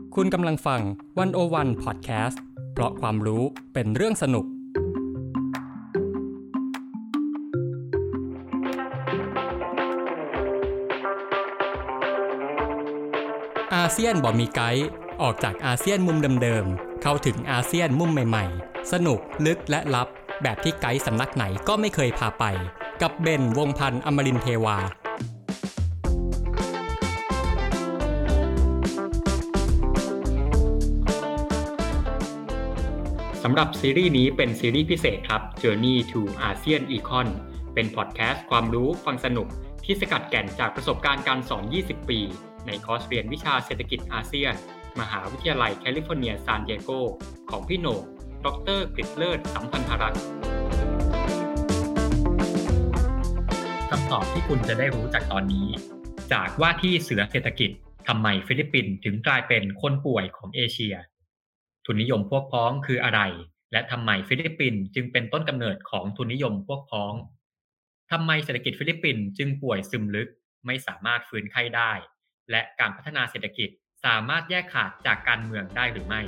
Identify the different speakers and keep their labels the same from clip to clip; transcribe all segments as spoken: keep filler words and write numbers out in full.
Speaker 1: คุณกำลังฟังวันโอวันพอดแคสต์เพราะความรู้เป็นเรื่องสนุกอาเซียนบ่มีไกด์ออกจากอาเซียนมุมเดิมๆเข้าถึงอาเซียนมุมใหม่ๆสนุกลึกและลับแบบที่ไกด์สำนักไหนก็ไม่เคยพาไปกับเบนวงศ์พันธ์อมรินทร์เทวา
Speaker 2: สำหรับซีรีส์นี้เป็นซีรีส์พิเศษครับ Journey to ASEAN Econ เป็นพอดแคสต์ความรู้ฟังสนุกที่สกัดแก่นจากประสบการณ์การสอนยี่สิบปีในคอร์สเรียนวิชาเศรษฐกิจอาเซียนมหาวิทยาลัยแคลิฟอร์เนียซานดิเอโกของพี่โหน่งดร.กฤษเลิศสัมพันธรัตน์คำตอบที่คุณจะได้รู้จากตอนนี้จากว่าที่เสือเศรษฐกิจทำไมฟิลิปปินส์ถึงกลายเป็นคนป่วยของเอเชียทุนนิยมพวกพ้องคืออะไรและทำไมฟิลิปปินส์จึงเป็นต้นกำเนิดของทุนนิยมพวกพ้องทำไมเศรษฐกิจฟิลิปปินส์จึงป่วยซึมลึกไม่สามารถฟื้นไข้ได้และการพัฒนาเศรษฐกิจสามารถแยกขาดจากการเมืองได้หรือไม่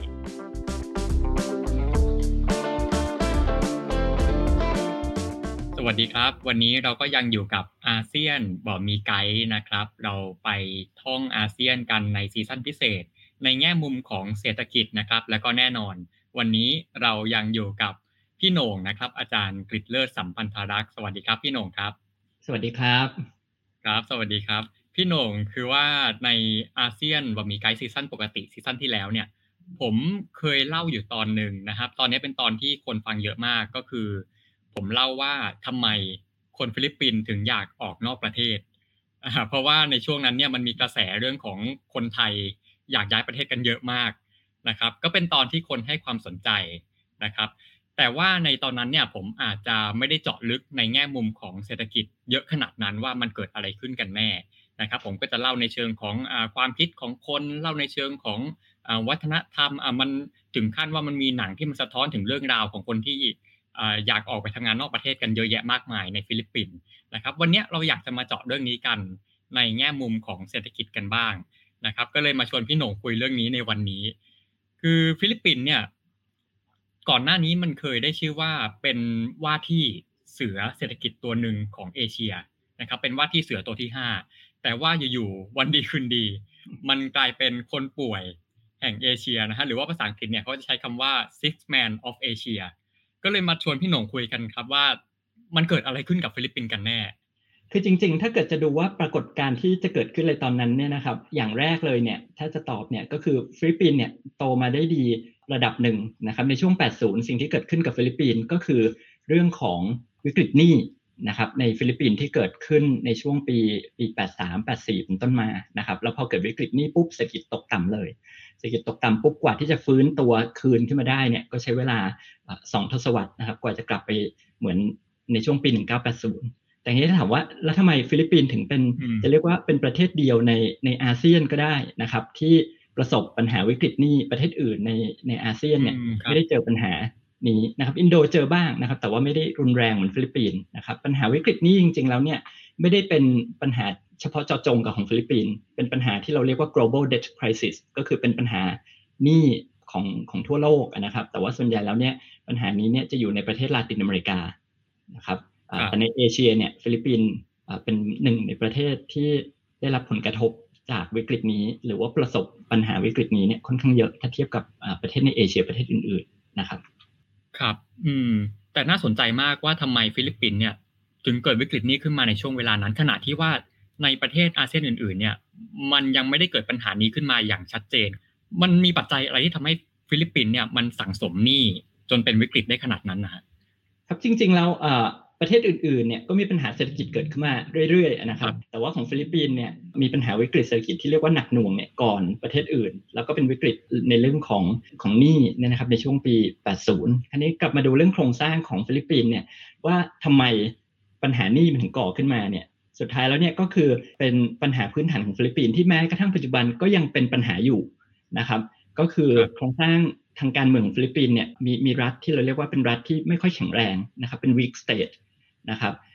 Speaker 2: สวัสดีครับวันนี้เราก็ยังอยู่กับอาเซียนบ่มีไกด์นะครับเราไปท่องอาเซียนกันในซีซั่นพิเศษในแง่มุมของเศรษฐกิจนะครับแล้วก็แน่นอนวันนี้เรายังอยู่กับพี่โหน่งนะครับอาจารย์กฤษเลิศสัมพันธรักษ์สวัสดีครับพี่โหน่งครับ
Speaker 3: สวัสดีครับ
Speaker 2: ครับสวัสดีครับพี่โหน่งคือว่าในอาเซียนบ่มีไกด์ซีซั่นปกติซีซั่นที่แล้วเนี่ยผมเคยเล่าอยู่ตอนนึงนะครับตอนนี้เป็นตอนที่คนฟังเยอะมากก็คือผมเล่าว่าทำไมคนฟิลิปปินส์ถึงอยากออกนอกประเทศอ่าเพราะว่าในช่วงนั้นเนี่ยมันมีกระแสเรื่องของคนไทยอยากย้ายประเทศกันเยอะมากนะครับก็เป็นตอนที่คนให้ความสนใจนะครับแต่ว่าในตอนนั้นเนี่ยผมอาจจะไม่ได้เจาะลึกในแง่มุมของเศรษฐกิจเยอะขนาดนั้นว่ามันเกิดอะไรขึ้นกันแน่นะครับผมก็จะเล่าในเชิงของอ่าความคิดของคนเล่าในเชิงของอ่าวัฒนธรรมอ่ามันถึงขั้นว่ามันมีหนังที่มันสะท้อนถึงเรื่องราวของคนที่อ่าอยากออกไปทำงานนอกประเทศกันเยอะแยะมากมายในฟิลิปปินส์นะครับวันนี้เราอยากจะมาเจาะเรื่องนี้กันในแง่มุมของเศรษฐกิจกันบ้างนะครับก็เลยมาชวนพี่โหน่งคุยเรื่องนี้ในวันนี้คือฟิลิปปินส์เนี่ยก่อนหน้านี้มันเคยได้ชื่อว่าเป็นว่าที่เสือเศรษฐกิจตัวหนึ่งของเอเชียนะครับเป็นว่าที่เสือตัวที่ห้าแต่ว่าอยู่ๆวันดีคืนดีมันกลายเป็นคนป่วยแห่งเอเชียนะฮะหรือว่าภาษาอังกฤษเนี่ยเขาจะใช้คำว่า six man of Asia ก็เลยมาชวนพี่โหน่งคุยกันครับว่ามันเกิดอะไรขึ้นกับฟิลิปปินส์กันแน่
Speaker 3: คือจริงๆถ้าเกิดจะดูว่าปรากฏการณ์ที่จะเกิดขึ้นเลยตอนนั้นเนี่ยนะครับอย่างแรกเลยเนี่ยถ้าจะตอบเนี่ยก็คือฟิลิปปินส์เนี่ยโตมาได้ดีระดับหนึ่งนะครับในช่วงแปดสิบสิ่งที่เกิดขึ้นกับฟิลิปปินส์ก็คือเรื่องของวิกฤตหนี้นะครับในฟิลิปปินส์ที่เกิดขึ้นในช่วงปีปีแปดสิบสาม แปดสิบสี่เป็นต้นมานะครับแล้วพอเกิดวิกฤตหนี้ปุ๊บเศรษฐกิจตกต่ำเลยเศรษฐกิจตกต่ำปุ๊บกว่าที่จะฟื้นตัวคืนขึ้นมาได้เนี่ยก็ใช้เวลาสองทศวรรษนะครับกว่าจะกลับไปเหมือนในช่วงปีหนึ่งพันเก้าร้อยแปดสิบแต่ทีนี้ถ้าถามว่าแล้วทำไมฟิลิปปินส์ถึงเป็นจะเรียกว่าเป็นประเทศเดียวในในอาเซียนก็ได้นะครับที่ประสบปัญหาวิกฤตหนี้ประเทศอื่นในในอาเซียนเนี่ยไม่ได้เจอปัญหานี้นะครับอินโดเจอบ้างนะครับแต่ว่าไม่ได้รุนแรงเหมือนฟิลิปปินส์นะครับปัญหาวิกฤตหนี้จริงๆแล้วเนี่ยไม่ได้เป็นปัญหาเฉพาะเจาะจงกับของฟิลิปปินส์เป็นปัญหาที่เราเรียกว่า global debt crisis ก็คือเป็นปัญหาหนี้ของของทั่วโลกนะครับแต่ว่าส่วนใหญ่แล้วเนี่ยปัญหานี้เนี่ยจะอยู่ในประเทศลาตินอเมริกานะครับแต่ในเอเชียเนี่ยฟิลิปปินส์เป็นหนึ่งในประเทศที่ได้รับผลกระทบจากวิกฤตนี้หรือว่าประสบปัญหาวิกฤตนี้เนี่ยค่อนข้างเยอะถ้าเทียบกับประเทศในเอเชียประเทศอื่นๆนะครับ
Speaker 2: ครับอืมแต่น่าสนใจมากว่าทำไมฟิลิปปินส์เนี่ยถึงเกิดวิกฤตนี้ขึ้นมาในช่วงเวลานั้นขณะที่ว่าในประเทศอาเซียนอื่นๆเนี่ยมันยังไม่ได้เกิดปัญหานี้ขึ้นมาอย่างชัดเจนมันมีปัจจัยอะไรที่ทำให้ฟิลิปปินส์เนี่ยมันสั่งสมหนี้จนเป็นวิกฤตได้ขนาดนั้นนะฮะ
Speaker 3: ครับจริงๆแล้วเอ่อประเทศอื่นๆเนี่ยก็มีปัญหาเศรษฐกิจเกิดขึ้นมาเรื่อยๆนะครับแต่ว่าของฟิลิปปินส์เนี่ยมีปัญหาวิกฤตเศรษฐกิจที่เรียกว่าหนักหน่วงเนี่ยก่อนประเทศอื่นแล้วก็เป็นวิกฤตในเรื่องของของหนี้เนี่ยนะครับในช่วงปีแปดสิบคราวนี้กลับมาดูเรื่องโครงสร้างของฟิลิปปินส์เนี่ยว่าทำไมปัญหาหนี้มันถึงก่อขึ้นมาเนี่ยสุดท้ายแล้วเนี่ยก็คือเป็นปัญหาพื้นฐานของฟิลิปปินส์ที่แม้กระทั่งปัจจุบันก็ยังเป็นปัญหาอยู่นะครับก็คือโครงสร้างทางการเมืองของฟิลิปปินส์เนี่ยมีมีรัฐที่เราเรียกว่าเป็นรัฐที่ไม่ค่อยแข็งแรงนะครับเป็น weak state นะครับ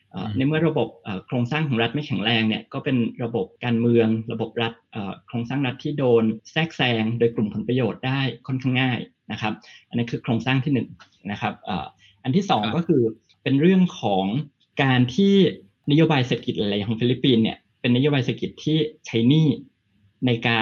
Speaker 3: ในเมื่อระบบโครงสร้างของรัฐไม่แข็งแรงเนี่ยก็เป็นระบบการเมืองระบบรัฐโครงสร้างรัฐที่โดนแทรกแซงโดยกลุ่มผลประโยชน์ได้ค่อนข้างง่ายนะครับอันนี้คือโครงสร้างที่หนึ่งนะครับอันที่สองก็คือเป็นเรื่องของการที่นโยบายเศรษฐกิจอะไรของฟิลิปปินส์เนี่ยเป็นนโยบายเศรษฐกิจที่ใช้หนี้ในการ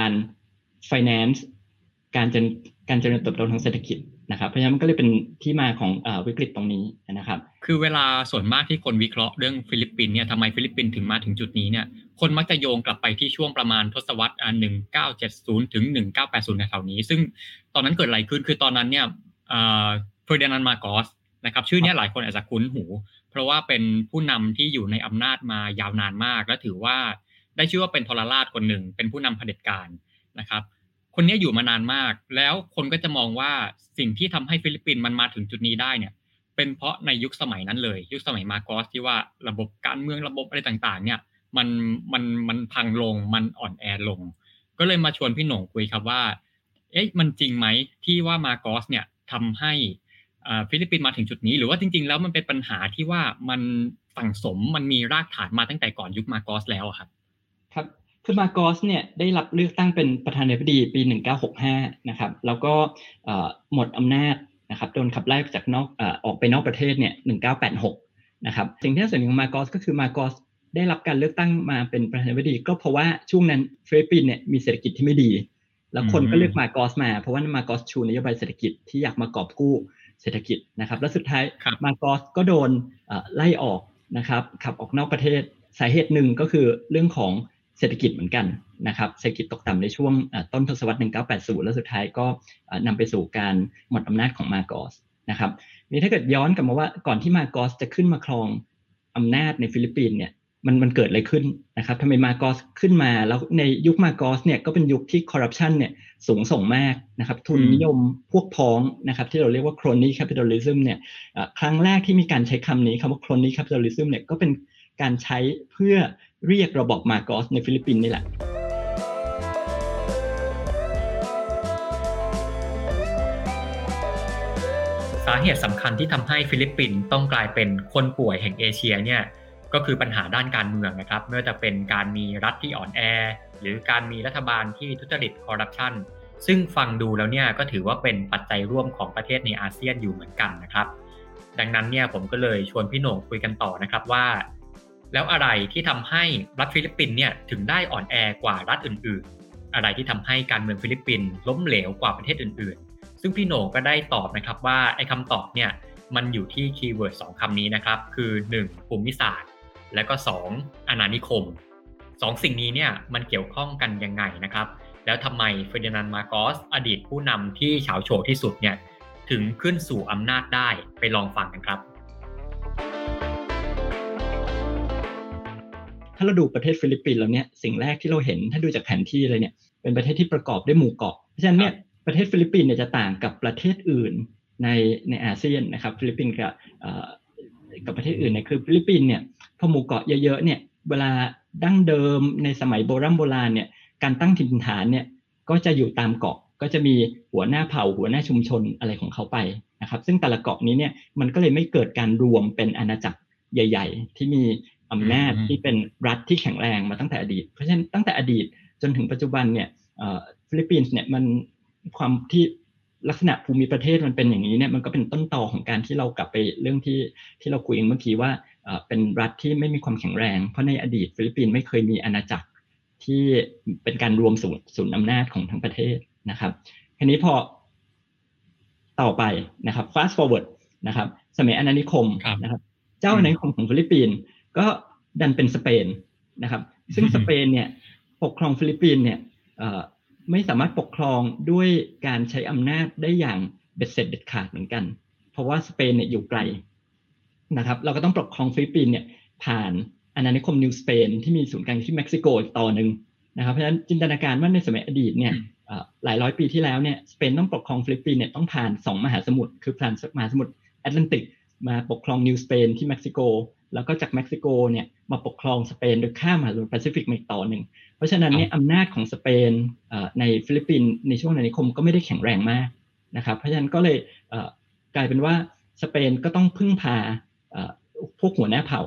Speaker 3: finance การเจริญการเจริญเติบโตทางเศรษฐกิจนะครับเพราะฉะนั้นมันก็เลยเป็นที่มาของเอ่อวิกฤตตรงนี้นะครับ
Speaker 2: คือเวลาส่วนมากที่คนวิเคราะห์เรื่องฟิลิปปินส์เนี่ยทำไมฟิลิปปินส์ถึงมาถึงจุดนี้เนี่ยคนมักจะโยงกลับไปที่ช่วงประมาณทศวรรษหนึ่งพันเก้าร้อยเจ็ดสิบถึงหนึ่งพันเก้าร้อยแปดสิบแถวๆนี้ซึ่งตอนนั้นเกิดอะไรขึ้นคือตอนนั้นเนี่ยเอ่อเฟอร์ดินานด์ มาโกสนะครับชื่อนี้หลายคนอาจจะคุ้นหูเพราะว่าเป็นผู้นำที่อยู่ในอำนาจมายาวนานมากและถือว่าได้ชื่อว่าเป็นทรราชคนหนึ่งเป็นผู้นำเผด็จการนะครับคนนี้อยู่มานานมากแล้วคนก็จะมองว่าสิ่งที่ทำให้ฟิลิปปินส์มันมาถึงจุดนี้ได้เนี่ยเป็นเพราะในยุคสมัยนั้นเลยยุคสมัยมาโกสที่ว่าระบบการเมืองระบบอะไรต่างๆเนี่ยมันมันมันพังลงมันอ่อนแอลงก็เลยมาชวนพี่หน่งคุยครับว่าเอ๊ะมันจริงไหมที่ว่ามาโกสเนี่ยทำให้ฟิลิปปินส์มาถึงจุดนี้หรือว่าจริงๆแล้วมันเป็นปัญหาที่ว่ามันฝังสมมันมีรากฐานมาตั้งแต่ก่อนยุคมาโกสแล้วครับ
Speaker 3: ครับคือมาโกสเนี่ยได้รับเลือกตั้งเป็นประธานาธิบดีปีหนึ่งพันเก้าร้อยหกสิบห้านะครับแล้วก็หมดอำนาจนะครับโดนขับไล่จากนอกเอ่อออกไปนอกประเทศเนี่ยหนึ่งพันเก้าร้อยแปดสิบหกนะครับสิ่งที่น่าสนใจของมาโกสก็คือมาโกสได้รับการเลือกตั้งมาเป็นประธานาธิบดีก็เพราะว่าช่วงนั้นฟิลิปปินส์เนี่ยมีเศรษฐกิจที่ไม่ดีแล้วคนก็เลือกมาโกสมาเพราะว่ามาโกสชูนโยบายเศรษฐกิจที่อยากมากอบกู้เศรษฐกิจนะครับแล้วสุดท้ายมาโกสก็โดนไล่ออกนะครับขับออกนอกประเทศสาเหตุหนึ่งก็คือเรื่องของเศรษฐกิจเหมือนกันนะครับเศรษฐกิจตกต่ำในช่วงต้นทศวรรษหนึ่งพันเก้าร้อยแปดสิบแล้วสุดท้ายก็นำไปสู่การหมดอำนาจของมาโกสนะครับนี่ถ้าเกิดย้อนกลับมาว่าก่อนที่มาโกสจะขึ้นมาครองอำนาจในฟิลิปปินส์เนี่ยมันมันเกิดอะไรขึ้นนะครับทำไมมาโกสขึ้นมาแล้วในยุคมาโกสเนี่ยก็เป็นยุคที่คอร์รัปชันเนี่ยสูงส่งมากนะครับทุนนิยมพวกพ้องนะครับที่เราเรียกว่า crony capitalism เนี่ยครั้งแรกที่มีการใช้คำนี้คำว่า crony capitalism เนี่ยก็เป็นการใช้เพื่อเรียกระบบมาโกสในฟิลิปปินส์นี่แหละ
Speaker 2: สาเหตุสำคัญที่ทำให้ฟิลิปปินส์ต้องกลายเป็นคนป่วยแห่งเอเชียเนี่ยก็คือปัญหาด้านการเมืองนะครับไม่ว่าจะเป็นการมีรัฐที่อ่อนแอหรือการมีรัฐบาลที่ทุจริตคอร์รัปชันซึ่งฟังดูแล้วเนี่ยก็ถือว่าเป็นปัจจัยร่วมของประเทศในอาเซียนอยู่เหมือนกันนะครับดังนั้นเนี่ยผมก็เลยชวนพี่โหน่งคุยกันต่อนะครับว่าแล้วอะไรที่ทำให้รัฐฟิลิปปินส์เนี่ยถึงได้อ่อนแอกว่ารัฐอื่นๆอะไรที่ทำให้การเมืองฟิลิปปินส์ล้มเหลวกว่าประเทศอื่นๆซึ่งพี่โหน่งก็ได้ตอบนะครับว่าไอ้คำตอบเนี่ยมันอยู่ที่คีย์เวิร์ดสองคำนี้นะครับคือหนึ่งภูมิศาสตร์และก็สองอาณานิคมสองสิ่งนี้เนี่ยมันเกี่ยวข้องกันยังไงนะครับแล้วทำไมเฟอร์ดินานด์ มาโกสอดีตผู้นำที่เฉาโฉที่สุดเนี่ยถึงขึ้นสู่อำนาจได้ไปลองฟังกันครับ
Speaker 3: ถ้าเราดูประเทศฟิลิปปินส์แล้วเนี่ยสิ่งแรกที่เราเห็นถ้าดูจากแผนที่เลยเนี่ยเป็นประเทศที่ประกอบด้วยหมู่เกาะเพราะฉะนั้นเนี่ยประเทศฟิลิปปินส์เนี่ยจะต่างกับประเทศอื่นในในอาเซียนนะครับฟิลิปปินส์กับกับประเทศอื่นเนี่ยคือฟิลิปปินส์เนี่ยพอหมู่เกาะเยอะๆเนี่ยเวลาดั้งเดิมในสมัยโบราณโบราณเนี่ยการตั้งถิ่นฐานเนี่ยก็จะอยู่ตามเกาะก็จะมีหัวหน้าเผ่าหัวหน้าชุมชนอะไรของเขาไปนะครับซึ่งแต่ละเกาะนี้เนี่ยมันก็เลยไม่เกิดการรวมเป็นอาณาจักรใหญ่ๆที่มีอำนาจที่เป็นรัฐที่แข็งแรงมาตั้งแต่อดีตเพราะฉะนั้นตั้งแต่อดีตจนถึงปัจจุบันเนี่ยฟิลิปปินส์เนี่ยมันความที่ลักษณะภูมิประเทศมันเป็นอย่างนี้เนี่ยมันก็เป็นต้นตอของการที่เรากลับไปเรื่องที่ที่เราคุยกันเมื่อกี้ว่าเป็นรัฐที่ไม่มีความแข็งแรงเพราะในอดีตฟิลิปปินส์ไม่เคยมีอาณาจักรที่เป็นการรวมศูนย์ศูนย์อำนาจของทั้งประเทศนะครับทีนี้พอต่อไปนะครับ fast forward นะครับสมัยอาณานิคมนะครับเจ้าอาณานิคมของฟิลิปปินส์ก็ดันเป็นสเปนนะครับซึ่งสเปนเนี่ยปกครองฟิลิปปินส์เนี่ยไม่สามารถปกครองด้วยการใช้อำนาจได้อย่างเบ็ดเสร็จเด็ดขาดเหมือนกันเพราะว่าสเปนเนี่ยอยู่ไกลนะครับเราก็ต้องปกครองฟิลิปปินส์เนี่ยผ่านอาณานิคมนิวสเปนที่มีศูนย์กลางที่เม็กซิโกอีกต่อหนึ่งนะครับเพราะฉะนั้นจินตนาการว่าในสมัยอดีตเนี่ยหลายร้อยปีที่แล้วเนี่ยสเปนต้องปกครองฟิลิปปินส์เนี่ยต้องผ่านสองมหาสมุทรคือผ่านมหาสมุทรแอตแลนติกมาปกครองนิวสเปนที่เม็กซิโกแล้วก็จากเม็กซิโกเนี่ยมาปกครองสเปนโดยข้ามมหาสมุทรแปซิฟิกมาอีกต่อหนึ่งเพราะฉะนั้นเนี่ยอำนาจของสเปนในฟิลิปปินส์ในช่วงอาณานิคมก็ไม่ได้แข็งแรงมากนะครับเพราะฉะนั้นก็เลยกลายเป็นว่าสเปนก็ต้องพึ่งพาพวกหัวหน้าเผ่า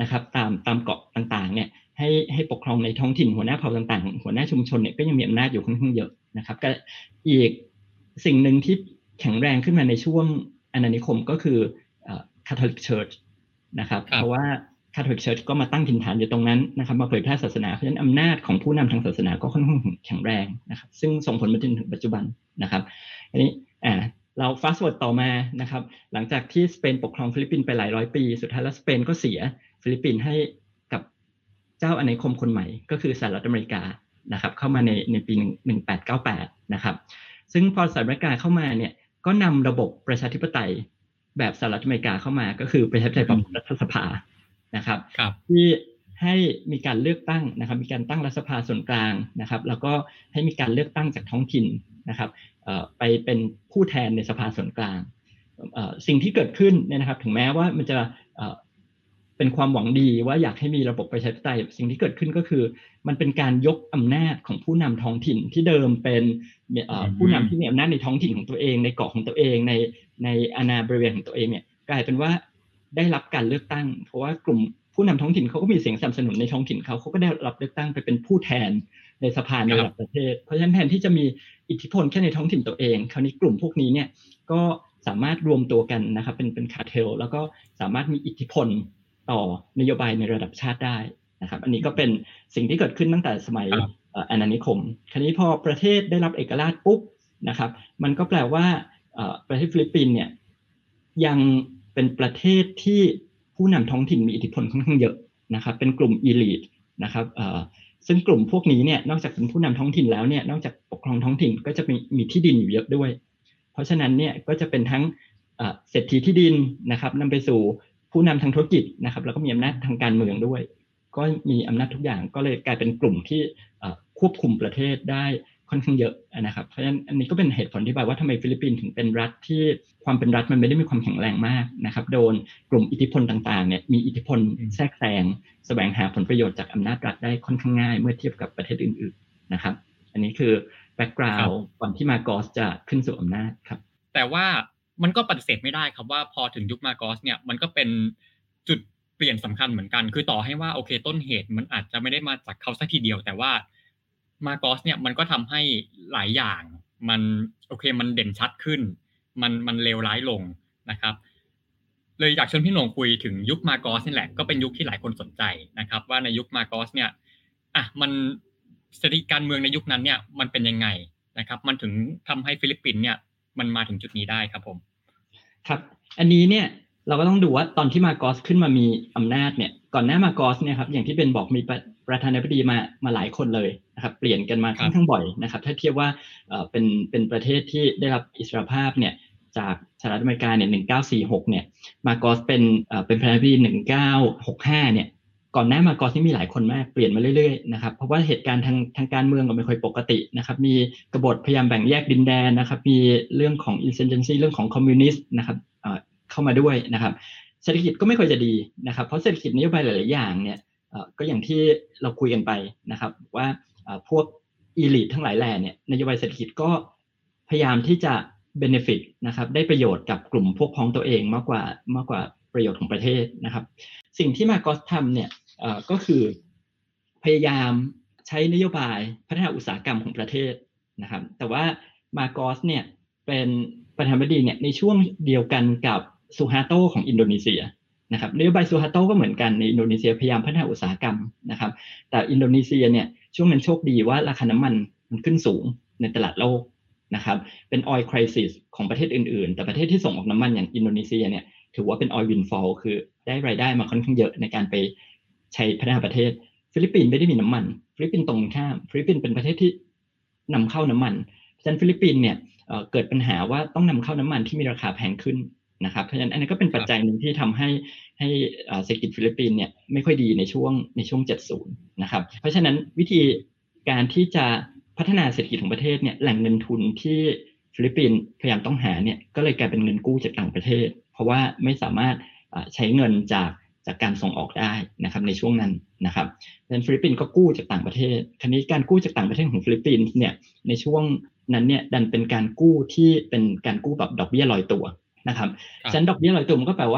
Speaker 3: นะครับตามตามเกาะต่างๆเนี่ยให้ให้ปกครองในท้องถิ่นหัวหน้าเผ่าต่างๆหัวหน้าชุมชนเนี่ยก็ยังมีอำนาจอยู่ค่อนข้างเยอะนะครับก็อีกสิ่งหนึ่งที่แข็งแรงขึ้นมาในช่วงอาณานิคมก็คือ Catholic Church นะครับเพราะว่า Catholic Church ก็มาตั้งถิ่นฐานอยู่ตรงนั้นนะครับมาเผยแพร่ศาสนาเพราะฉะนั้นอำนาจของผู้นำทางศาสนาก็ค่อนข้างแข็งแรงนะครับซึ่งส่งผลมาจนถึงปัจจุบันนะครับอันนี้อ่าเรา fast forward ต่อมานะครับหลังจากที่สเปนปกครองฟิลิปปินส์ไปหลายร้อยปีสุดท้ายแล้วสเปนก็เสียฟิลิปปินส์ให้กับเจ้าอาณานิคมคนใหม่ก็คือสหรัฐอเมริกานะครับเข้ามาในในปีหนึ่งพันแปดร้อยเก้าสิบแปดนะครับซึ่งพอสหรัฐอเมริกาเข้ามาเนี่ยก็นำระบบประชาธิปไตยแบบสหรัฐอเมริกาเข้ามาก็คือประชาธิปไตยแบบรัฐสภานะครับที่ให้มีการเลือกตั้งนะครับมีการตั้งรัฐสภาส่วนกลางนะครับแล้วก็ให้มีการเลือกตั้งจากท้องถิ่นนะครับไปเป็นผู้แทนในสภาส่วนกลางสิ่งที่เกิดขึ้นเนี่ยนะครับถึงแม้ว่ามันจะเป็นความหวังดีว่าอยากให้มีระบบประชาธิปไตยสิ่งที่เกิดขึ้นก็คือมันเป็นการยกอำนาจของผู้นำท้องถิ่นที่เดิมเป็นผู้นำที่มีอำนาจในท้องถิ่นของตัวเองในเกาะของตัวเองในในอาณาบริเวณของตัวเองเนี่ยกลายเป็นว่าได้รับการเลือกตั้งเพราะว่ากลุ่มผู้นำท้องถิ่นเขาก็มีเสียงสนับสนุนในท้องถิ่นเขาเขาก็ได้รับเลือกตั้งไปเป็นผู้แทนในสภาในระดับประเทศเพราะฉะนั้นแทนที่จะมีอิทธิพลแค่ในท้องถิ่นตัวเองคราวนี้กลุ่มพวกนี้เนี่ยก็สามารถรวมตัวกันนะครับเป็นเป็นคาร์เทลแล้วก็สามารถมีอิทธิพลต่อนโยบายในระดับชาติได้นะครับอันนี้ก็เป็นสิ่งที่เกิดขึ้นตั้งแต่สมัยอาณานิคมคราวนี้พอประเทศได้รับเอกราชปุ๊บนะครับมันก็แปลว่าประเทศฟิลิปปินส์เนี่ยยังเป็นประเทศที่ผู้นำท้องถิ่นมีอิทธิพลค่อนข้างเยอะนะครับเป็นกลุ่มอีลิทนะครับซึ่งกลุ่มพวกนี้เนี่ยนอกจากเป็นผู้นำท้องถิ่นแล้วเนี่ยนอกจากปกครองท้องถิ่นก็จะมีมีที่ดินอยู่เยอะด้วยเพราะฉะนั้นเนี่ยก็จะเป็นทั้งเศรษฐีที่ดินนะครับนำไปสู่ผู้นำทางธุรกิจนะครับแล้วก็มีอำนาจทางการเมืองด้วยก็มีอำนาจทุกอย่างก็เลยกลายเป็นกลุ่มที่ควบคุมประเทศได้ค่อนข้างเยอะนะครับเพราะฉะนั้นอันนี้ก็เป็นเหตุผลที่บอกว่าทำไมฟิลิปปินส์ถึงเป็นรัฐที่ความเป็นรัฐมันไม่ได้มีความแข็งแรงมากนะครับโดนกลุ่มอิทธิพลต่างๆเนี่ยมีอิทธิพลแทรกแซงแสวงหาผลประโยชน์จากอำนาจรัฐได้ค่อนข้างง่ายเมื่อเทียบกับประเทศอื่นๆนะครับอันนี้คือแบ็กกราวด์ก่อนที่มาโกสจะขึ้นสู่อำนาจครับ
Speaker 2: แต่ว่ามันก็ปฏิเสธไม่ได้ครับว่าพอถึงยุคมาโกสเนี่ยมันก็เป็นจุดเปลี่ยนสำคัญเหมือนกันคือต่อให้ว่าโอเคต้นเหตุมันอาจจะไม่ได้มาจากเขาสักทีเดียวแต่ว่ามาโกสเนี่ยมันก็ทำให้หลายอย่างมันโอเคมันเด่นชัดขึ้นมันมันเลวร้ายลงนะครับเลยอยากชวนพี่หน่งคุยถึงยุคมาโกสนี่แหละก็เป็นยุคที่หลายคนสนใจนะครับว่าในยุคมาโกสเนี่ยอ่ะมันเศรษฐกิจการเมืองในยุคนั้นเนี่ยมันเป็นยังไงนะครับมันถึงทำให้ฟิลิปปินส์เนี่ยมันมาถึงจุดนี้ได้ครับผม
Speaker 3: ครับอันนี้เนี่ยเราก็ต้องดูว่าตอนที่มาโกสขึ้นมามีอำนาจเนี่ยก่อนหน้ามาโกสเนี่ยครับอย่างที่เบนบอกมีประธานาธิบดีมามาหลายคนเลยนะครับเปลี่ยนกันมาค่อนข้างบ่อยนะครับถ้าเทียบว่าเอ่อเป็นเป็นประเทศที่ได้รับอิสรภาพเนี่ยจากสหรัฐอเมริกาเนี่ยหนึ่งพันเก้าร้อยสี่สิบหกเนี่ยมาโกสเป็นเอ่อเป็นประธานาธิบดีหนึ่งพันเก้าร้อยหกสิบห้าเนี่ยก่อนหน้ามาโกสนี่มีหลายคนมากเปลี่ยนมาเรื่อยๆนะครับเพราะว่าเหตุการณ์ทางทางการเมืองก็ไม่ค่อยปกตินะครับมีกบฏพยายามแบ่งแยกดินแดนนะครับมีเรื่องของ insurgency เรื่องของคอมมิวนิสต์นะครับเอ่อเข้ามาด้วยนะครับเศรษฐกิจก็ไม่ค่อยจะดีนะครับเพราะเศรษฐกิจนโยบายหลายๆอย่างเนี่ยก็อย่างที่เราคุยกันไปนะครับว่าพวกอีลิททั้งหลายแหล่เนี่ยนโยบายเศรษฐกิจก็พยายามที่จะ benefit นะครับได้ประโยชน์กับกลุ่มพวกพ้องตัวเองมากกว่ามากกว่าประโยชน์ของประเทศนะครับสิ่งที่มาโกสทำเนี่ยก็คือพยายามใช้นโยบายพัฒนาอุตสาหกรรมของประเทศนะครับแต่ว่ามาโกสเนี่ยเป็นประธานาธิบดีเนี่ยในช่วงเดียวกันกับซูฮาโตของอินโดนีเซียนะครับนโยบายซูฮาโตก็เหมือนกันในอินโดนีเซียพยายามพัฒนาอุตสาหกรรมนะครับแต่อินโดนีเซียเนี่ยช่วงนั้นโชคดีว่าราคาน้ำมันมันขึ้นสูงในตลาดโลกนะครับเป็น oil crisis ของประเทศอื่นๆแต่ประเทศที่ส่งออกน้ำมันอย่างอินโดนีเซียเนี่ยถือว่าเป็น oil windfall คือได้รายได้มาค่อนข้างเยอะในการไปใช้พัฒนาประเทศฟิลิปปินส์ไม่ได้มีน้ำมันฟิลิปปินส์ตรงข้ามฟิลิปปินส์เป็นประเทศที่นำเข้าน้ำมันฉะนั้นฟิลิปปินส์เนี่ยเกิดปัญหาว่าต้องนำเข้าน้ำมันที่มีราคาแพงขึ้นนะครับเพราะฉะนั้นอันนี้ก็เป็นปัจจัยหนึ่งที่ทำให้ให้เศรษฐกิจฟิลิปปินส์เนี่ยไม่ค่อยดีในช่วงในช่วงเจ็ดสิบนะครับเพราะฉะนั้นวิธีการที่จะพัฒนาเศรษฐกิจของประเทศเนี่ยแหล่งเงินทุนที่ฟิลิปปินส์พยายามต้องหาเนี่ยก็เลยกลายเป็นเงินกู้จากต่างประเทศเพราะว่าไม่สามารถใช้เงินจากจากการส่งออกได้นะครับในช่วงนั้นนะครับดังนั้นฟิลิปปินส์ก็กู้จากต่างประเทศคราวนี้การกู้จากต่างประเทศของฟิลิปปินส์เนี่ยในช่วงนั้นเนี่ยดันเป็นการกู้ที่เป็นการกู้แบบดอกเบี้ยลอยตัวนะครับฉะนั้นดอกเบี้ยลอยตัวมันก็แปลว่า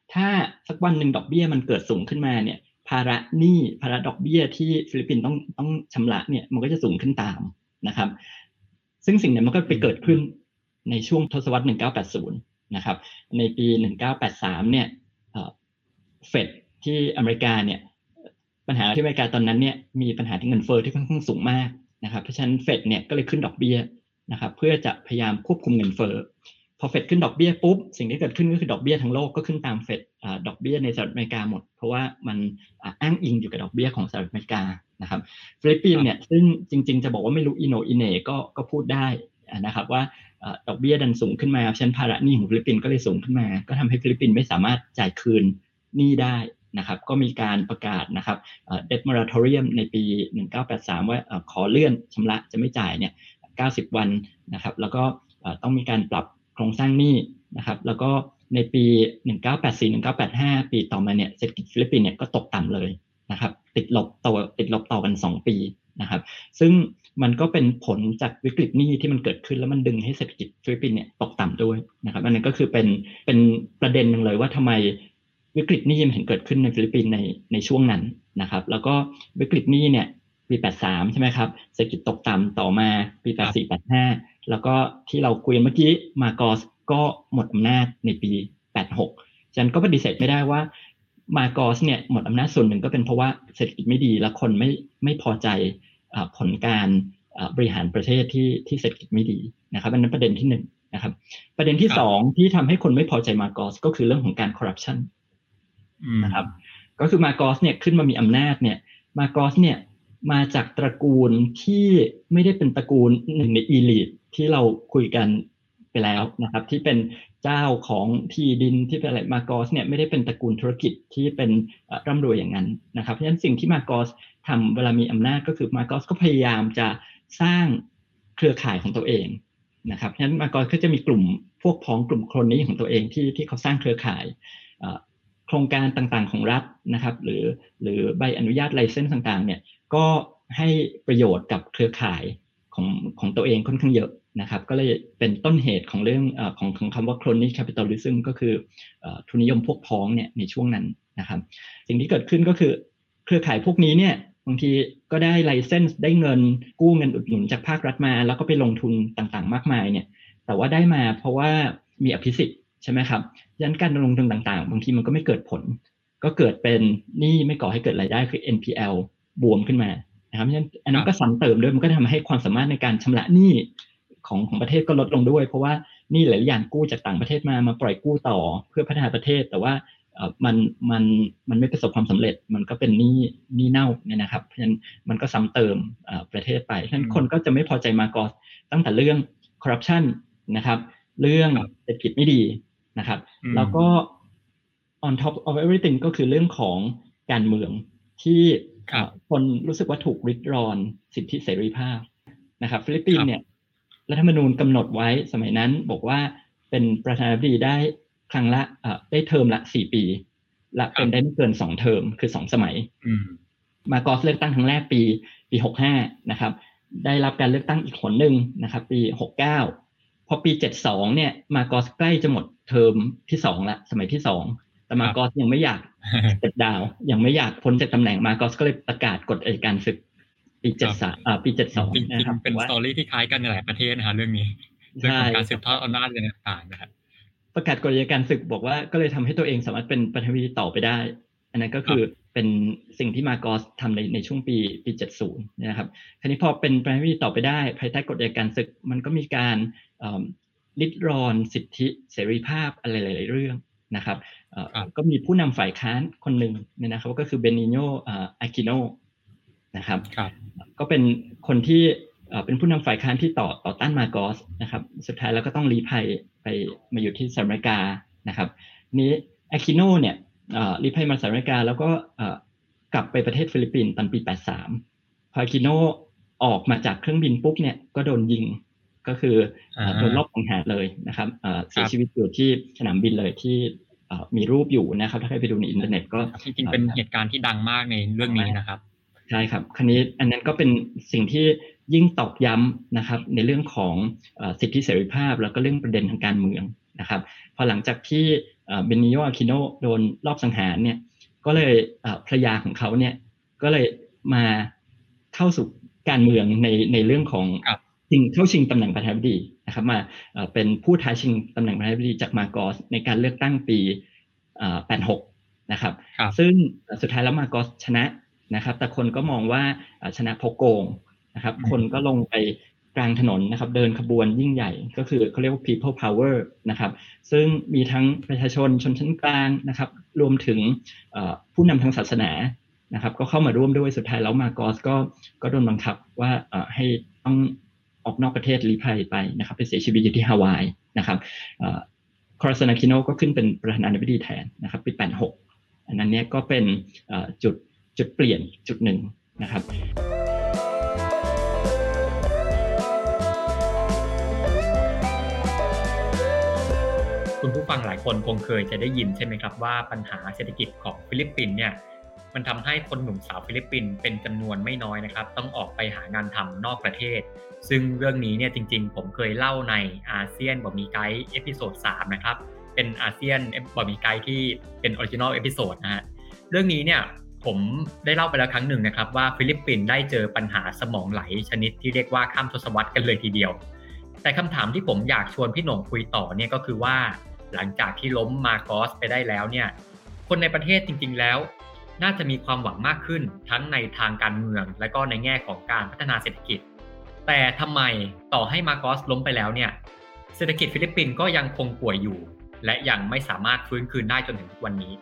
Speaker 3: ถ้าสักวันหนึ่งดอกเบี้ยมันเกิดสูงขึ้นมาเนี่ยภาระหนี้ภาระดอกเบี้ยที่ฟิลิปปินส์ต้องต้องชำระเนี่ยมันก็จะสูงขึ้นตามนะครับซึ่งสิ่งนี้มันก็ไปเกิดขึ้นในช่วงทศวรรษหนึ่งพันเก้าร้อยแปดสิบนะครับในปีหนึ่งพันเก้าร้อยแปดสิบสามเนี่ยเฟดที่อเมริกาเนี่ยปัญหาที่อเมริกาตอนนั้นเนี่ยมีปัญหาที่เงินเฟ้อที่ค่อนข้างสูงมากนะครับเพราะฉะนั้นเฟดเนี่ยก็เลยขึ้นดอกเบี้ยนะครับเพื่อจะพยายามควบคุมเงินเฟ้อพอเฟดขึ้นดอกเบี้ยปุ๊บสิ่งที่เกิดขึ้นก็คือดอกเบี้ยทั้งโลกก็ขึ้นตามเฟดอ่าดอกเบี้ยในสหรัฐอเมริกาหมดเพราะว่ามันอ้างอิงอยู่กับดอกเบี้ยของสหรัฐอเมริกานะครับฟิลิปปินส์เนี่ยซึ่งจริงๆจะบอกว่าไม่รู้อีโหน่อีเหน่ก็ก็พูดได้นะครับว่าดอกเบี้ยดันสูงขึ้นมาเพราะฉะนั้นภาระหนี้ของฟิลิปปินส์ก็เลยสูงขึ้นมาก็ทำให้ฟิลิปปินส์ไม่สามารถจ่ายคืนหนี้ได้นะครับก็มีการประกาศนะครับเอ่อ debt moratorium ในปีหนึ่งพันเก้าร้อยแปดสิบสามว่าเอ่อขอเลื่อนชำระจะไม่จ่ายเนี่ยเก้าสิบวันนะครับแล้วก็เอ่อต้องมีการปรับโครงสร้างหนี้นะครับแล้วก็ในปีหนึ่งพันเก้าร้อยแปดสิบสี่ หนึ่งพันเก้าร้อยแปดสิบห้าปีต่อมาเนี่ยเศรษฐกิจฟิลิปปินส์เนี่ยก็ตกต่ำเลยนะครับติดลบต่อติดลบต่อกันสองปีนะครับซึ่งมันก็เป็นผลจากวิกฤตหนี้ที่มันเกิดขึ้นแล้วมันดึงให้เศรษฐกิจฟิลิปปินส์เนี่ยตกต่ำด้วยนะครับอันนี้ก็คือเป็นเป็นประเด็นนึงเลยว่าทำไมวิกฤตหนี้มันถึงเกิดขึ้นในฟิลิปปินส์ในในช่วงนั้นนะครับแล้วก็วิกฤตหนี้เนี่ยปีแปดสิบสามใช่ไหมครับเศรษฐกิจตกต่ำต่อมาปีแปดสิบสี่ แปดสิบห้าแล้วก็ที่เราคุยเมื่อกี้มาโกสก็หมดอำนาจในปีแปดสิบหกฉะนั้นก็ปฏิเสธไม่ได้ว่ามาโกสเนี่ยหมดอำนาจส่วนหนึ่งก็เป็นเพราะว่าเศรษฐกิจไม่ดีและคนไม่ไม่พอใจผลการบริหารประเทศที่ที่เศรษฐกิจไม่ดีนะครับอันนั้นประเด็นที่หนึ่งนะครับประเด็นที่สองที่ทำให้คนไม่พอใจมาโกสก็คือเรื่องของการคอร์รัปชันนะครับก็คือมาโกสเนี่ยขึ้นมามีอำนาจเนี่ยมาโกสเนี่ยมาจากตระกูลที่ไม่ได้เป็นตระกูลหนึ่งในอีลิทที่เราคุยกันไปแล้วนะครับที่เป็นเจ้าของที่ดินที่เป็นอะไรมาโกสเนี่ยไม่ได้เป็นตระกูลธุรกิจที่เป็นร่ำรวยอย่างนั้นนะครับเพราะฉะนั้นสิ่งที่มาโกสทำเวลามีอำนาจก็คือมาโกสก็พยายามจะสร้างเครือข่ายของตัวเองนะครับเพราะฉะนั้นมาโกสก็จะมีกลุ่มพวกพ้องกลุ่มโคลนนี้ของตัวเองที่ที่เขาสร้างเครือข่ายโครงการต่างๆของรัฐนะครับหรือหรือใบอนุญาตไลเซนส์ต่างๆเนี่ยก็ให้ประโยชน์กับเครือข่ายของของตัวเองค่อนข้างเยอะนะครับก็เลยเป็นต้นเหตุของเรื่องเอ่อของของคำว่า crony capitalism ก็คือเอ่อทุนนิยมพวกพ้องเนี่ยในช่วงนั้นนะครับสิ่งที่เกิดขึ้นก็คือเครือข่ายพวกนี้เนี่ยบางทีก็ได้ไลเซนส์ได้เงินกู้เงินอุดหนุนจากภาครัฐมาแล้วก็ไปลงทุนต่างๆมากมายเนี่ยแต่ว่าได้มาเพราะว่ามีอภิสิทธิ์ใช่ไหมครับดังนั้นการลงทุนต่างๆบางทีมันก็ไม่เกิดผลก็เกิดเป็นหนี้ไม่ก่อให้เกิดรายได้คือ เอ็น พี แอล บวมขึ้นมานะครับเพราะฉะนั้นอันนั้นก็ซ้ำเติมด้วยมันก็ทำให้ความสามารถในการชำระหนี้ของของประเทศก็ลดลงด้วยเพราะว่านี่หลายอย่างกู้จากต่างประเทศมามาปล่อยกู้ต่อเพื่อพัฒนาประเทศแต่ว่าเอ่อมันมันมันไม่ประสบความสำเร็จมันก็เป็นหนี้หนี้เน่าเนี่ยนะครับเพราะฉะนั้นมันก็ซ้ำเติมเอ่อประเทศไปฉะนั้นคนก็จะไม่พอใจมาก่อนตั้งแต่เรื่องคอร์รัปชันนะครับเรื่องเศรษฐกิจไม่ดีนะครับแล้วก็ on top of everything ก็คือเรื่องของการเมืองที่คนรู้สึกว่าถูกริดรอนสิทธิเสรีภาพนะครับฟิลิปปินส์เนี่ยรัฐธรรมนูญกำหนดไว้สมัยนั้นบอกว่าเป็นประธานาธิบดีได้ครั้งละได้เทอมละสี่ปีและเป็นได้ไม่เกินสองเทอมคือสองสมัยมาโกสเลือกตั้งครั้งแรกปีปีหกสิบห้านะครับได้รับการเลือกตั้งอีกหนนึงนะครับปีหกสิบเก้าพอปีเจ็ดสิบสองเนี่ยมาโกสใกล้จะหมดเทอมที่สองละสมัยที่สองแต่มาโกสยังไม่อยากเจ็ดดาวยังไม่อยากพ้นจากตำแหน่งมาโกสก็เลยประกาศกฎอัยการศึกปีเจ็ดสิบสามอ่าปีเจ็ดสิบสองนะครับ
Speaker 2: เป็นสตอรี่ที่คล้ายกันในหลายประเทศนะฮะเรื่องนี้เรื่องของการสืบทอดอำนาจอะไรต่างๆนะครับ
Speaker 3: ประกาศกฎอัยการศึกบอกว่าก็เลยทำให้ตัวเองสามารถเป็นประธานาธิบดีต่อไปได้อันนั้นก็คือเป็นสิ่งที่มาโกสทำในในช่วงปีปีเจ็ดสิบนะครับคราวนี้พอเป็นประธานาธิบดีต่อไปได้ภายใต้กฎอัยการศึกมันก็มีการริดรอนสิทธิเสรีภาพอะไรหลายๆเรื่องนะครับก็มีผู้นำฝ่ายค้านคนหนึ่งเนี่ยนะครับก็คือเบนิโญอากิโนนะครับก็เป็นคนที่เป็นผู้นำฝ่ายค้านที่ต่อต่อต้านมาโกสนะครับสุดท้ายแล้วก็ต้องลี้ภัยไปมาอยู่ที่สหรัฐอเมริกานะครับนี้อากิโนเนี่ยลี้ภัยมาสหรัฐอเมริกาแล้วก็กลับไปประเทศฟิลิปปินส์ตอนปีแปดสิบสามพออากิโนออกมาจากเครื่องบินปุ๊บเนี่ยก็โดนยิงก็คือโดนลอบสังหารเลยนะครับเสียชีวิตอยู่ที่สนามบินเลยที่มีรูปอยู่นะครับถ้าใครไปดูในอินเทอร์เน็ตก็
Speaker 2: จริงๆเป็นเหตุการณ์ที่ดังมากในเรื่องนี้นะครับ
Speaker 3: ใช่ครับคราวนี้อันนั้นก็เป็นสิ่งที่ยิ่งตอกย้ำนะครับในเรื่องของสิทธิเสรีภาพแล้วก็เรื่องประเด็นทางการเมืองนะครับพอหลังจากที่เบนิโญ อาคิโนโดนลอบสังหารเนี่ยก็เลยภรรยาของเขาเนี่ยก็เลยมาเข้าสู่การเมืองในในเรื่องของชิงเข้าชิงตำแหน่งประธานาธิบดีนะครับมาเป็นผู้ท้าชิงตำแหน่งประธานาธิบดีจากมาโกสในการเลือกตั้งปีแปดสิบหกนะครับซึ่งสุดท้ายแล้วมาโกสชนะนะครับแต่คนก็มองว่าชนะเพราะโกงนะครับคนก็ลงไปกลางถนนนะครับเดินขบวนยิ่งใหญ่ก็คือเขาเรียกว่า people power นะครับซึ่งมีทั้งประชาชนชนชั้นกลางนะครับรวมถึงผู้นำทางศาสนานะครับก็เข้ามาร่วมด้วยสุดท้ายแล้วมาโกสก็ก็โดนบังคับว่าให้ต้องออกนอกประเทศลี้ภัยไปนะครับไปเสียชีวิตอยู่ที่ฮาวายนะครับคอรัสนาคิโนก็ขึ้นเป็นประธานาธิบดีแทนนะครับปีแปดสิบหกอันนั้นเนี่ยก็เป็นจุดจุดเปลี่ยนจุดหนึ่งนะครับ
Speaker 2: คุณผู้ฟังหลายคนคงเคยจะได้ยินใช่ไหมครับว่าปัญหาเศรษฐกิจของฟิลิปปินส์เนี่ยมันทำให้คนหนุ่มสาวฟิลิปปินส์เป็นจำนวนไม่น้อยนะครับต้องออกไปหางานทำนอกประเทศซึ่งเรื่องนี้เนี่ยจริงๆผมเคยเล่าในอาเซียนบอมีไกด์เอพิโซดสามนะครับเป็นอาเซียนบอมีไกด์ที่เป็นออริจินอลเอพิโซดนะฮะเรื่องนี้เนี่ยผมได้เล่าไปแล้วครั้งหนึ่งนะครับว่าฟิลิปปินส์ได้เจอปัญหาสมองไหลชนิดที่เรียกว่าข้ามทศวรรษกันเลยทีเดียวแต่คำถามที่ผมอยากชวนพี่หน่งคุยต่อเนี่ยก็คือว่าหลังจากที่ล้มมาโกสไปได้แล้วเนี่ยคนในประเทศจริงๆแล้วน่าจะมีความหวังมากขึ้นทั้งในทางการเมืองและก็ในแง่ของการพัฒนาเศรษฐกิจแต่ทำไมต่อให้มาโกสล้มไปแล้วเนี่ยเศรษฐกิจฟิลิปปินส์ก็ยังคงป่วยอยู่และยังไม่สามารถฟื้นคืนได้จนถึงทุกวันนี้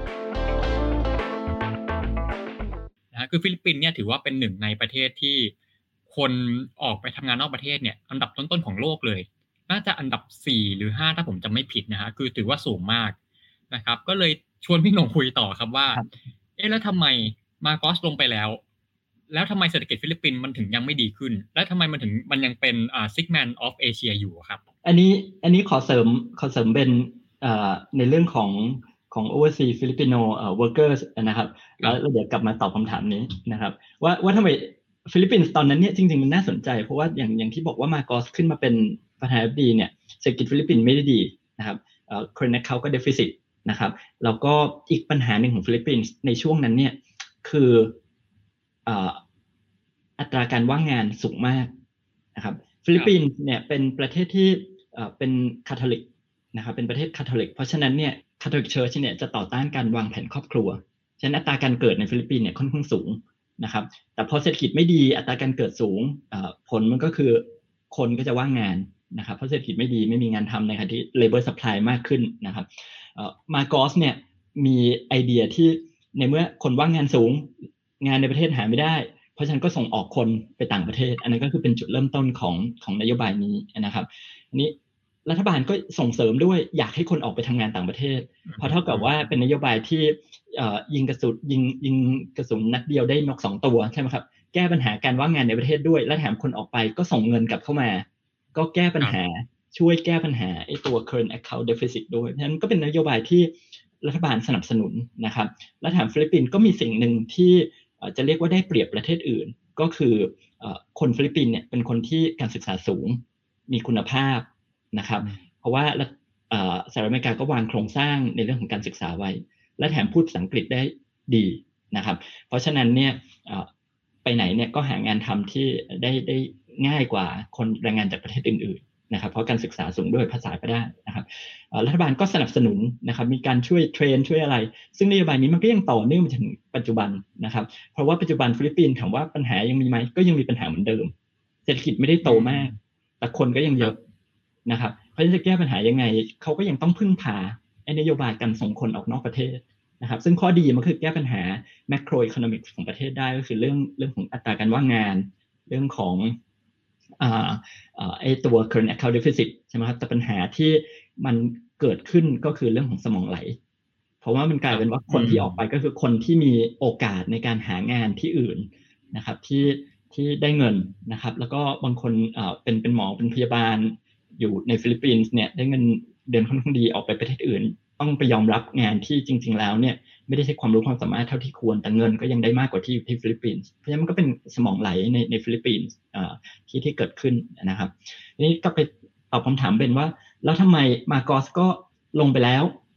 Speaker 2: นะคือฟิลิปปินส์เนี่ยถือว่าเป็นหนึ่งในประเทศที่คนออกไปทำงานนอกประเทศเนี่ยอันดับต้นๆของโลกเลยน่าจะอันดับสี่หรือห้าถ้าผมจำไม่ผิดนะฮะคือถือว่าสูงมากนะครับก็เลยชวนพี่หน่งคุยต่อครับว่าเอ๊ะแล้วทำไมมาโกสลงไปแล้วแล้วทำไมเศรษฐกิจฟิลิปปินส์มันถึงยังไม่ดีขึ้นและทำไมมันถึงมันยังเป็นอ่า Six Man of Asia อยู่ครับ
Speaker 3: อันนี้อันนี้ขอเสริมขอเสริมเป็นอ่าในเรื่องของของ overseas Filipino workers นะครับแล้วเดี๋ยวกลับมาตอบคำถามนี้นะครับว่าว่าทำไมฟิลิปปินส์ตอนนั้นเนี่ยจริงๆมันน่าสนใจเพราะว่าอย่างอย่างที่บอกว่ามาโกสขึ้นมาเป็นประธานาธิบดีเนี่ยเศรษฐกิจฟิลิปปินส์ไม่ได้ดีนะครับเอ่อ current account ก็ deficit นะครับแล้วก็อีกปัญหาหนึ่งของฟิลิปปินส์ในช่วงนั้นเนี่ยคือเอ่ออัตราการว่างงานสูงมากนะครับฟิลิปปินส์เนี่ยเป็นประเทศที่เอ่อเป็นคาทอลิกนะครับเป็นประเทศคาทอลิกเพราะฉะนั้นเนี่ยคาทอลิกเชิร์ชเนี่ยจะต่อต้านการวางแผนครอบครัวฉะนั้นอัตราการเกิดในฟิลิปปินส์เนี่ยค่อนข้างสูงนะครับแต่พอเศรษฐกิจไม่ดีอัตราการเกิดสูงผลมันก็คือคนก็จะว่างงานนะครับเพราะเศรษฐกิจไม่ดีไม่มีงานทำในขณะที่ labor supply มากขึ้นนะครับมาโกสเนี่ยมีไอเดียที่ในเมื่อคนว่างงานสูงงานในประเทศหาไม่ได้เพราะฉะนั้นก็ส่งออกคนไปต่างประเทศอันนั้นก็คือเป็นจุดเริ่มต้นของของนโยบายนี้นะครับอันนี้รัฐบาลก็ส่งเสริมด้วยอยากให้คนออกไปทำงานต่างประเทศเพราะเท่ากับว่าเป็นนโยบายที่ยิงกระสุนยิงยิงกระสุนนัดเดียวได้นกสองตัวใช่ไหมครับแก้ปัญหาการว่างงานในประเทศด้วยและแถมคนออกไปก็ส่งเงินกลับเข้ามาก็แก้ปัญหาช่วยแก้ปัญหาไอ้ตัว current account deficit ด้วยเพราะฉะนั้นก็เป็นนโยบายที่รัฐบาลสนับสนุนนะครับและแถมฟิลิปปินส์ก็มีสิ่งหนึ่งที่จะเรียกว่าได้เปรียบประเทศอื่นก็คือคนฟิลิปปินส์เนี่ยเป็นคนที่การศึกษาสูงมีคุณภาพนะครับเพราะว่าสหรัฐอเมริกาก็วางโครงสร้างในเรื่องของการศึกษาไว้และแถมพูดภาษาอังกฤษได้ดีนะครับเพราะฉะนั้นเนี่ยไปไหนเนี่ยก็หางานทำที่ได้ได้ง่ายกว่าคนแรงงานจากประเทศอื่นๆนะครับเพราะการศึกษาสูงด้วยภาษาก็ได้นะครับรัฐบาลก็สนับสนุนนะครับมีการช่วยเทรนช่วยอะไรซึ่งนโยบายนี้มันก็ยังต่อเนื่องมาถึงปัจจุบันนะครับเพราะว่าปัจจุบันฟิลิปปินส์ถามว่าปัญหายังมีไหมก็ยังมีปัญหาเหมือนเดิมเศรษฐกิจไม่ได้โตมากแต่คนก็ยังเยอะนะครับเพราะฉะนั้นจะแก้ปัญหายังไงเขาก็ยังต้องพึ่งพาไอ้นโยบายการส่งคนออกนอกประเทศนะครับซึ่งข้อดีมันคือแก้ปัญหา macro economic ของประเทศได้ก็คือเรื่องเรื่องของอัตราการว่างงานเรื่องของอ่าอ่าไอ้ตัว current account deficit ใช่ไหมครับแต่ปัญหาที่มันเกิดขึ้นก็คือเรื่องของสมองไหลเพราะว่ามันกลายเป็นว่าคนที่ออกไปก็คือคนที่มีโอกาสในการหางานที่อื่นนะครับที่ที่ได้เงินนะครับแล้วก็บางคนอ่าเป็นเป็นหมอเป็นพยาบาลอยู่ในฟิลิปปินส์เนี่ยได้เงินเดือนค่อนข้างดีออกไปประเทศอื่นต้องไปยอมรับงานที่จริงๆแล้วเนี่ยไม่ได้ใช้ความรู้ความสามารถเท่าที่ควรแต่เงินก็ยังได้มากกว่าที่อยู่ที่ฟิลิปปินส์เพราะฉะนั้นมันก็เป็นสมองไหลในในฟิลิปปินส์อ่าที่ที่เกิดขึ้นนะครับทีนี้ก็ไปตอบคำถามเป็นว่าแล้วทำไมมาโกสก็ลงไปแล้ว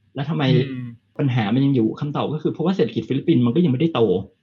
Speaker 3: แล้วทำไมปัญหามันยังอยู่คำตอบก็คือเพราะว่าเศรษฐกิจฟิลิปปินส์มันก็ยังไม่ได้โต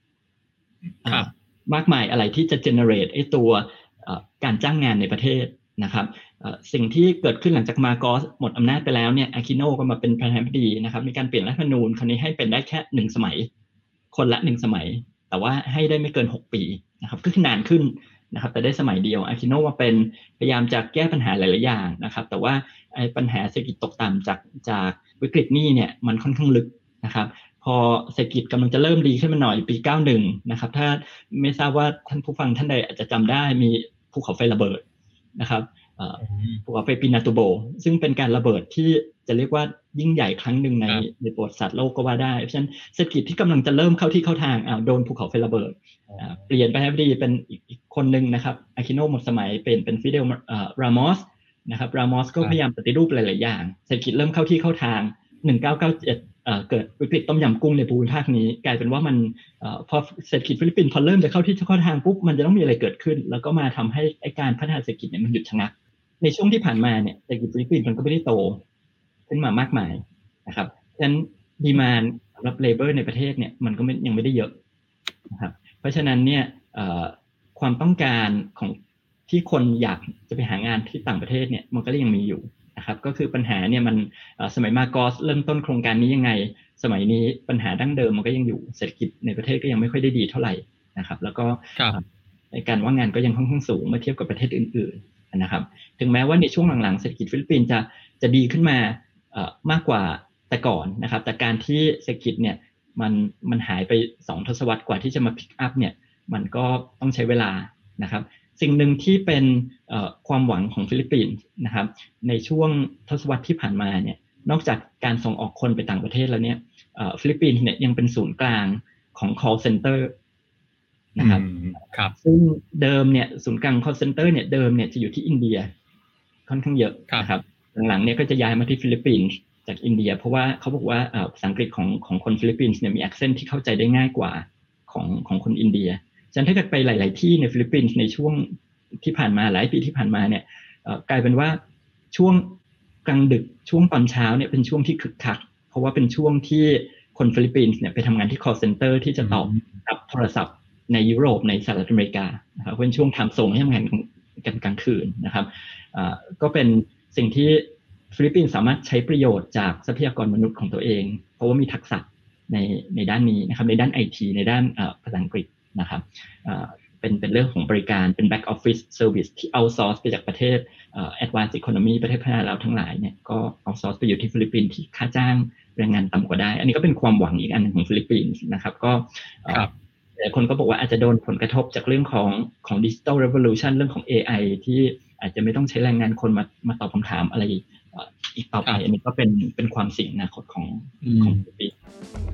Speaker 3: มากมายอะไรที่จะ generate ไอ้ตัวการจ้างงานในประเทศนะครับสิ่งที่เกิดขึ้นหลังจากมาโกสหมดอำนาจไปแล้วเนี่ยอาคิโนก็มาเป็นประธานาธิบดีนะครับมีการเปลี่ยนรัฐธรรมนูญคราวนี้ให้เป็นได้แค่หนึ่งสมัยคนละหนึ่งสมัยแต่ว่าให้ได้ไม่เกินหกปีนะครับก็คือนานขึ้นนะครับแต่ได้สมัยเดียวอาคิโนมาเป็นพยายามจะแก้ปัญหาหลายๆอย่างนะครับแต่ว่าไอ้ปัญหาเศรษฐกิจตกต่ำจากจากวิกฤตหนี้เนี่ยมันค่อนข้างลึกนะครับพอเศรษฐกิจกำลังจะเริ่มดีขึ้นมาหน่อยปีเก้าสิบเอ็ดนะครับถ้าไม่ทราบว่าท่านผู้ฟังท่านใดอาจจะจำได้มีภูเขาไฟระเบิดนะครับภูเขาไฟปินาตูโบซึ่งเป็นการระเบิดที่จะเรียกว่ายิ่งใหญ่ครั้งหนึ่งในในประวัติศาสตร์โลกก็ว่าได้เพราะฉะนั้นเศรษฐกิจที่กำลังจะเริ่มเข้าที่เข้าทางอ้าวโดนภูเขาไฟระเบิดเปลี่ยนไปให้ดีเป็นอีกคนนึงนะครับอาคิโนหมดสมัยเป็นเป็นฟิเดลรามอสนะครับรามอสก็พยายามปฏิรูปหลายๆอย่างเศรษฐกิจเริ่มเข้าที่เข้าทางหนึ่งเก้าเก้าเจ็ดเอ่อเกิดวิกฤตต้มยำกุ้งในภูมิภาคนี้กลายเป็นว่ามันเอ่อพอเศรษฐกิจฟิลิปปินส์พอเริ่มจะเข้าที่เข้าทางปุ๊บมันจะต้องมีอะไรเกิดขึ้นแล้วก็มาทำให้ไอ้การพัฒนาเศรษฐกิจเนี่ยมันหยุดชะงักในช่วงที่ผ่านมาเนี่ยเศรษฐกิจฟิลิปปินส์มันก็ไม่ได้โตขึ้นมามากมายนะครับฉะนั้นดีมานด์สำหรับเลเบอร์ในประเทศเนี่ยมันก็ยังไม่ได้เยอะนะครับเพราะฉะนั้นเนี่ยเอ่อความต้องการของที่คนอยากจะไปหางานที่ต่างประเทศเนี่ยมันก็ยังมีอยู่นะครับก็คือปัญหาเนี่ยมันสมัยมาโกสเริ่มต้นโครงการนี้ยังไงสมัยนี้ปัญหาดั้งเดิมมันก็ยังอยู่เศรษฐกิจในประเทศก็ยังไม่ค่อยได้ดีเท่าไหร่นะครับแล้วก็การว่างงานก็ยังค่อนข้างสูงเมื่อเทียบกับประเทศอื่นๆนะครับถึงแม้ว่าในช่วงหลังๆเศรษฐกิจฟิลิปปินส์จะจะดีขึ้นมามากกว่าแต่ก่อนนะครับแต่การที่เศรษฐกิจเนี่ยมันมันหายไปสองทศวรรษกว่าที่จะมาพิกอัพเนี่ยมันก็ต้องใช้เวลานะครับสิ่งหนึ่งที่เป็นความหวังของฟิลิปปินส์นะครับในช่วงทศวรรษที่ผ่านมาเนี่ยนอกจากการส่งออกคนไปต่างประเทศแล้วเนี่ยฟิลิปปินส์เนี่ยยังเป็นศูนย์กลางของ call center นะครับ
Speaker 2: ครับ
Speaker 3: ซึ่งเดิมเนี่ยศูนย์กลาง call center เนี่ยเดิมเนี่ยจะอยู่ที่อินเดียค่อนข้างเยอะนะครับหลังๆเนี่ยก็จะย้ายมาที่ฟิลิปปินส์จากอินเดียเพราะว่าเขาบอกว่าภาษาอังกฤษของของคนฟิลิปปินส์เนี่ยมี accent ที่เข้าใจได้ง่ายกว่าของของคนอินเดียฉะนั้นถ้าเกิดไปหลายๆที่ในฟิลิปปินส์ในช่วงที่ผ่านมาหลายปีที่ผ่านมาเนี่ยกลายเป็นว่าช่วงกลางดึกช่วงตอนเช้าเนี่ยเป็นช่วงที่คึกคักเพราะว่าเป็นช่วงที่คนฟิลิปปินส์เนี่ยไปทำงานที่ call center ที่จะตอบรับโทรศัพท์ในยุโรปในสหรัฐอเมริกานะครับเป็นช่วงไทม์โซนให้ทำงานกันกลางคืนนะครับก็เป็นสิ่งที่ฟิลิปปินส์สามารถใช้ประโยชน์จากทรัพยากรมนุษย์ของตัวเองเพราะว่ามีทักษะในในด้านนี้นะครับในด้าน ไอ ที ในด้านภาษาอังกฤษนะครับเป็นเป็นเรื่องของบริการเป็น back office service ที่ outsource ไปจากประเทศ advanced economy ประเทศพัฒนาแล้วทั้งหลายเนี่ยก็ outsource ไปอยู่ที่ฟิลิปปินส์ที่ค่าจ้างแรงงานต่ำกว่าได้อันนี้ก็เป็นความหวังอีกอันนึงของฟิลิปปินส์นะครับก็แต่คนก็บอกว่าอาจจะโดนผลกระทบจากเรื่องของของ digital revolution เรื่องของ เอ ไอ ที่อาจจะไม่ต้องใช้แรงงานคนมามาตอบคำถามอะไรอีกต่อไปอันนี้ก็เป็นเป็นความเสี่ยงอนาคตของของฟิลิปปินส์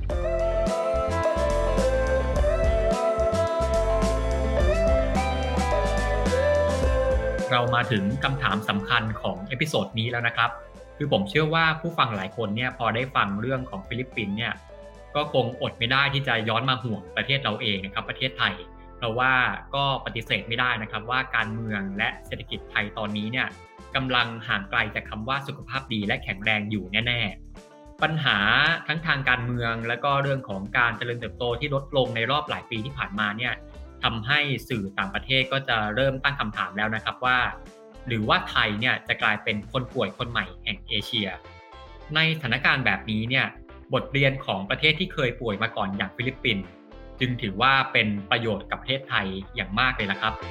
Speaker 2: เรามาถึงคำถามสำคัญของเอพิโซดนี้แล้วนะครับคือผมเชื่อว่าผู้ฟังหลายคนเนี่ยพอได้ฟังเรื่องของฟิลิปปินส์เนี่ยก็คงอดไม่ได้ที่จะย้อนมาห่วงประเทศเราเองนะครับประเทศไทยเพราะว่าก็ปฏิเสธไม่ได้นะครับว่าการเมืองและเศรษฐกิจไทยตอนนี้เนี่ยกำลังห่างไกลจากคำว่าสุขภาพดีและแข็งแรงอยู่แน่ๆปัญหาทั้งทางการเมืองและก็เรื่องของการเจริญเติบโตที่ลดลงในรอบหลายปีที่ผ่านมาเนี่ยทำให้สื่อต่างประเทศก็จะเริ่มตั้งคำถามแล้วนะครับว่าหรือว่าไทยเนี่ยจะกลายเป็นคนป่วยคนใหม่แห่งเอเชียในสถานการณ์แบบนี้เนี่ยบทเรียนของประเทศที่เคยป่วยมาก่อนอย่างฟิลิปปินส์จึงถือว่าเป็นประโยชน์กับประเทศไทยอย่างมากเลยละครับ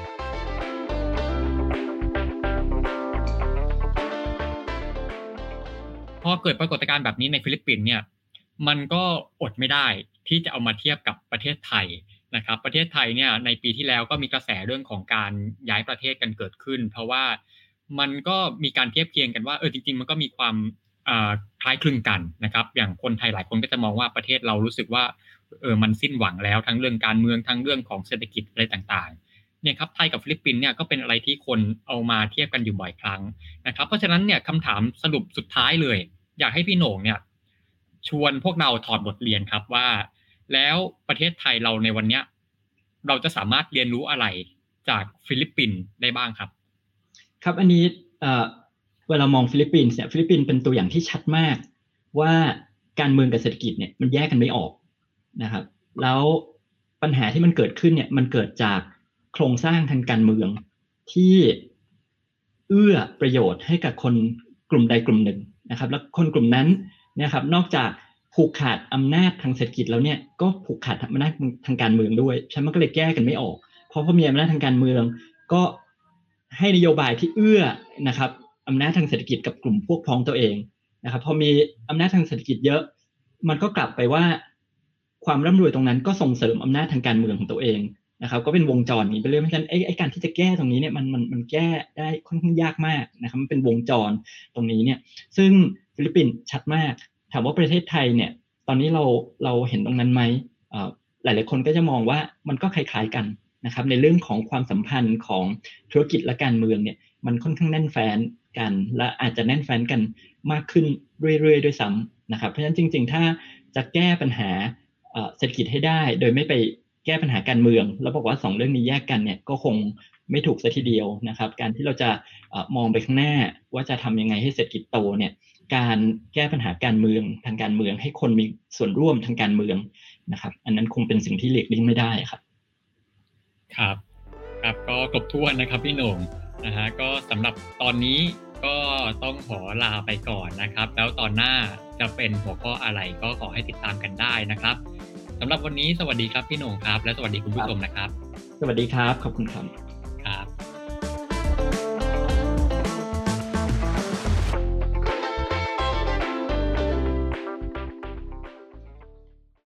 Speaker 2: พอเกิดปรากฏการณ์แบบนี้ในฟิลิปปินส์เนี่ยมันก็อดไม่ได้ที่จะเอามาเทียบกับประเทศไทยนะครับประเทศไทยเนี่ยในปีที่แล้วก็มีกระแสเรื่องของการย้ายประเทศกันเกิดขึ้นเพราะว่ามันก็มีการเทียบเคียงกันว่าเออจริงๆมันก็มีความคล้ายคลึงกันนะครับอย่างคนไทยหลายคนก็จะมองว่าประเทศเรารู้สึกว่าเออมันสิ้นหวังแล้วทั้งเรื่องการเมืองทั้งเรื่องของเศรษฐกิจอะไรต่างๆเนี่ยครับไทยกับฟิลิปปินส์เนี่ยก็เป็นอะไรที่คนเอามาเทียบกันอยู่บ่อยครั้งนะครับเพราะฉะนั้นเนี่ยคำถามสรุปสุดท้ายเลยอยากให้พี่โหน่งเนี่ยชวนพวกเราถอดบทเรียนครับว่าแล้วประเทศไทยเราในวันนี้เราจะสามารถเรียนรู้อะไรจากฟิลิปปินส์ได้บ้างครับ
Speaker 3: ครับอันนี้เอ่อเวลามองฟิลิปปินส์เนี่ยฟิลิปปินส์เป็นตัวอย่างที่ชัดมากว่าการเมืองกับเศรษฐกิจเนี่ยมันแยกกันไม่ออกนะครับแล้วปัญหาที่มันเกิดขึ้นเนี่ยมันเกิดจากโครงสร้างทางการเมืองที่เอื้อประโยชน์ให้กับคนกลุ่มใดกลุ่มหนึ่งนะครับแล้วคนกลุ่มนั้นนะครับนอกจากผูกขาดอำนาจทางเศรษฐกิจแล้วเนี่ยก็ผูกขาดอำนาจทางการเมืองด้วยฉะนั้นมันก็เลยแก้กันไม่ออกเพราะพอมีอำนาจทางการเมืองก็ให้นโยบายที่เอื้อนะครับอำนาจทางเศรษฐกิจกับกลุ่มพวกพ้องตัวเองนะครับพอมีอำนาจทางเศรษฐกิจเยอะมันก็กลับไปว่าความร่ำรวยตรงนั้นก็ส่งเสริมอำนาจทางการเมืองของตัวเองนะครับก็เป็นวงจรนี้ไปเรื่อยเพราะฉะนั้นไอ้ไอ้การที่จะแก้ตรงนี้เนี่ยมันมันมันแก้ได้ค่อนข้างยากมากนะครับมันเป็นวงจรตรงนี้เนี่ยซึ่งฟิลิปปินส์ชัดมากถามว่าประเทศไทยเนี่ยตอนนี้เราเราเห็นตรงนั้นไหมเอ่อหลายๆคนก็จะมองว่ามันก็คล้ายๆกันนะครับในเรื่องของความสัมพันธ์ของธุรกิจและการเมืองเนี่ยมันค่อนข้างแน่นแฟ้นกันและอาจจะแน่นแฟ้นกันมากขึ้นเรื่อยๆด้วยซ้ำนะครับเพราะฉะนั้นจริงๆถ้าจะแก้ปัญหาเศรษฐกิจให้ได้โดยไม่ไปแก้ปัญหาการเมืองแล้วบอกว่าสองเรื่องนี้แยกกันเนี่ยก็คงไม่ถูกซะทีเดียวนะครับการที่เราจะมองไปข้างหน้าว่าจะทำยังไงให้เศรษฐกิจโตเนี่ยการแก้ปัญหาการเมืองทางการเมืองให้คนมีส่วนร่วมทางการเมืองนะครับอันนั้นคงเป็นสิ่งที่หลีกเลี่ยงไม่ได้ครับ
Speaker 2: ครับครับก็ครบถ้วนนะครับพี่โหน่งนะฮะก็สำหรับตอนนี้ก็ต้องขอลาไปก่อนนะครับแล้วตอนหน้าจะเป็นหัวข้ออะไรก็ขอให้ติดตามกันได้นะครับสำหรับวันนี้สวัสดีครับพี่โหน่งครับและสวัสดีคุณผู้ชมนะครับ
Speaker 3: สวัสดีครับขอบคุณครับ